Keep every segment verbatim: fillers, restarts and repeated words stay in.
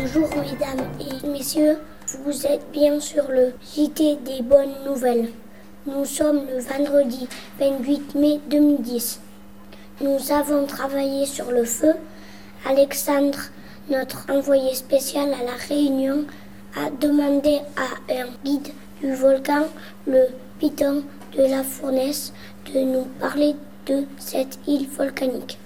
Bonjour mesdames et messieurs, vous êtes bien sur le J T des bonnes nouvelles. Nous sommes le vendredi vingt-huit mai deux mille dix. Nous avons travaillé sur le feu. Alexandre, notre envoyé spécial à la Réunion, a demandé à un guide du volcan, le Piton de la Fournaise, de nous parler de cette île volcanique.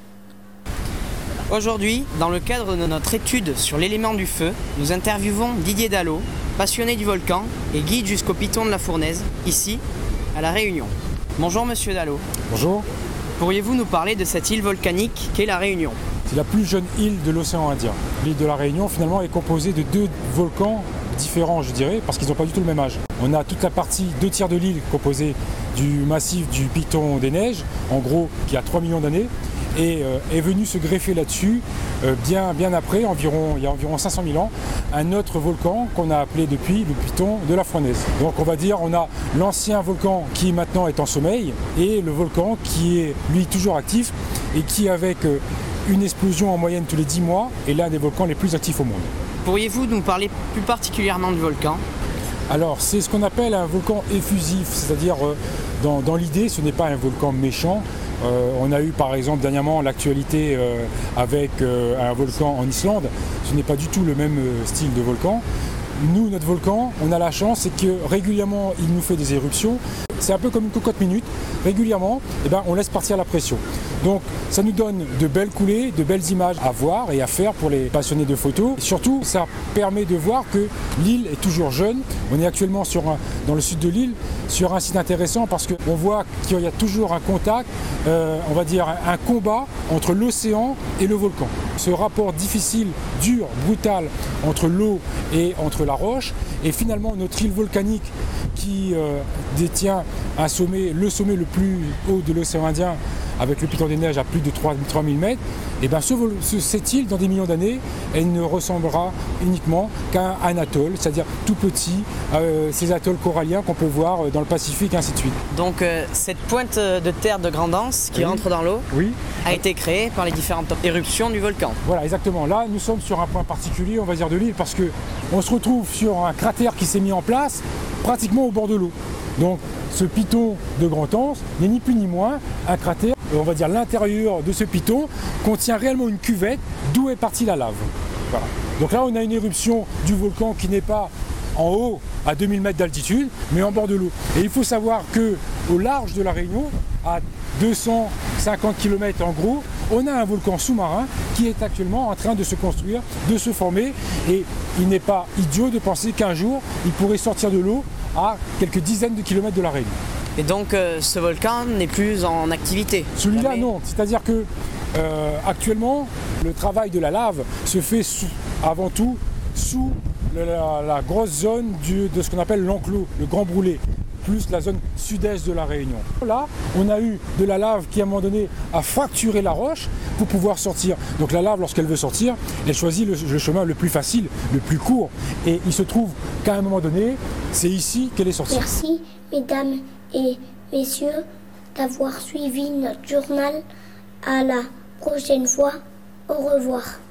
Aujourd'hui, dans le cadre de notre étude sur l'élément du feu, nous interviewons Didier Dallot, passionné du volcan et guide jusqu'au Piton de la Fournaise, ici, à La Réunion. Bonjour Monsieur Dallot. Bonjour. Pourriez-vous nous parler de cette île volcanique qu'est La Réunion? C'est la plus jeune île de l'océan Indien. L'île de La Réunion, finalement, est composée de deux volcans différents, je dirais, parce qu'ils n'ont pas du tout le même âge. On a toute la partie, deux tiers de l'île composée du massif du Piton des Neiges, en gros, qui a trois millions d'années, et euh, est venu se greffer là-dessus, euh, bien, bien après, environ, il y a environ cinq cent mille ans, un autre volcan qu'on a appelé depuis le Piton de la Fournaise. Donc on va dire, on a l'ancien volcan qui maintenant est en sommeil, et le volcan qui est, lui, toujours actif, et qui, avec euh, une explosion en moyenne tous les dix mois, est l'un des volcans les plus actifs au monde. Pourriez-vous nous parler plus particulièrement du volcan? Alors, c'est ce qu'on appelle un volcan effusif, c'est-à-dire, euh, dans, dans l'idée, ce n'est pas un volcan méchant. Euh, on a eu par exemple dernièrement l'actualité euh, avec euh, un volcan en Islande. Ce n'est pas du tout le même euh, style de volcan. Nous, notre volcan, on a la chance, c'est que régulièrement, il nous fait des éruptions. C'est un peu comme une cocotte minute. Régulièrement, eh ben, on laisse partir la pression. Donc, ça nous donne de belles coulées, de belles images à voir et à faire pour les passionnés de photos. Et surtout, ça permet de voir que l'île est toujours jeune. On est actuellement sur un, dans le sud de l'île, sur un site intéressant parce qu'on voit qu'il y a toujours un contact, euh, on va dire un, un combat entre l'océan et le volcan. Ce rapport difficile, dur, brutal entre l'eau et entre la roche, et finalement notre île volcanique qui euh, détient un sommet, le sommet le plus haut de l'océan Indien, avec le Piton des Neiges à plus de trois mille mètres, et bien ce, ce, cette île, dans des millions d'années, elle ne ressemblera uniquement qu'à un atoll, c'est-à-dire tout petit, euh, ces atolls coralliens qu'on peut voir dans le Pacifique, et ainsi de suite. Donc euh, cette pointe de terre de grande anse qui oui. rentre dans l'eau oui. a été créée par les différentes éruptions du volcan. Voilà, exactement. Là, nous sommes sur un point particulier, on va dire, de l'île, parce qu'on se retrouve sur un cratère qui s'est mis en place pratiquement au bord de l'eau. Donc ce piton de grande anse n'est ni plus ni moins un cratère. On va dire l'intérieur de ce piton contient réellement une cuvette d'où est partie la lave. Voilà. Donc là on a une éruption du volcan qui n'est pas en haut à deux mille mètres d'altitude mais en bord de l'eau. Et il faut savoir que au large de la Réunion, à deux cent cinquante kilomètres en gros, on a un volcan sous-marin qui est actuellement en train de se construire, de se former, et il n'est pas idiot de penser qu'un jour il pourrait sortir de l'eau à quelques dizaines de kilomètres de la Réunion. Et donc euh, ce volcan n'est plus en activité? Celui-là non, c'est-à-dire que euh, actuellement le travail de la lave se fait sous, avant tout sous la, la grosse zone du, de ce qu'on appelle l'enclos, le Grand Brûlé, plus la zone sud-est de la Réunion. Là, on a eu de la lave qui à un moment donné a fracturé la roche pour pouvoir sortir. Donc la lave, lorsqu'elle veut sortir, elle choisit le, le chemin le plus facile, le plus court. Et il se trouve qu'à un moment donné, c'est ici qu'elle est sortie. Merci mesdames et messieurs d'avoir suivi notre journal. À la prochaine fois. Au revoir.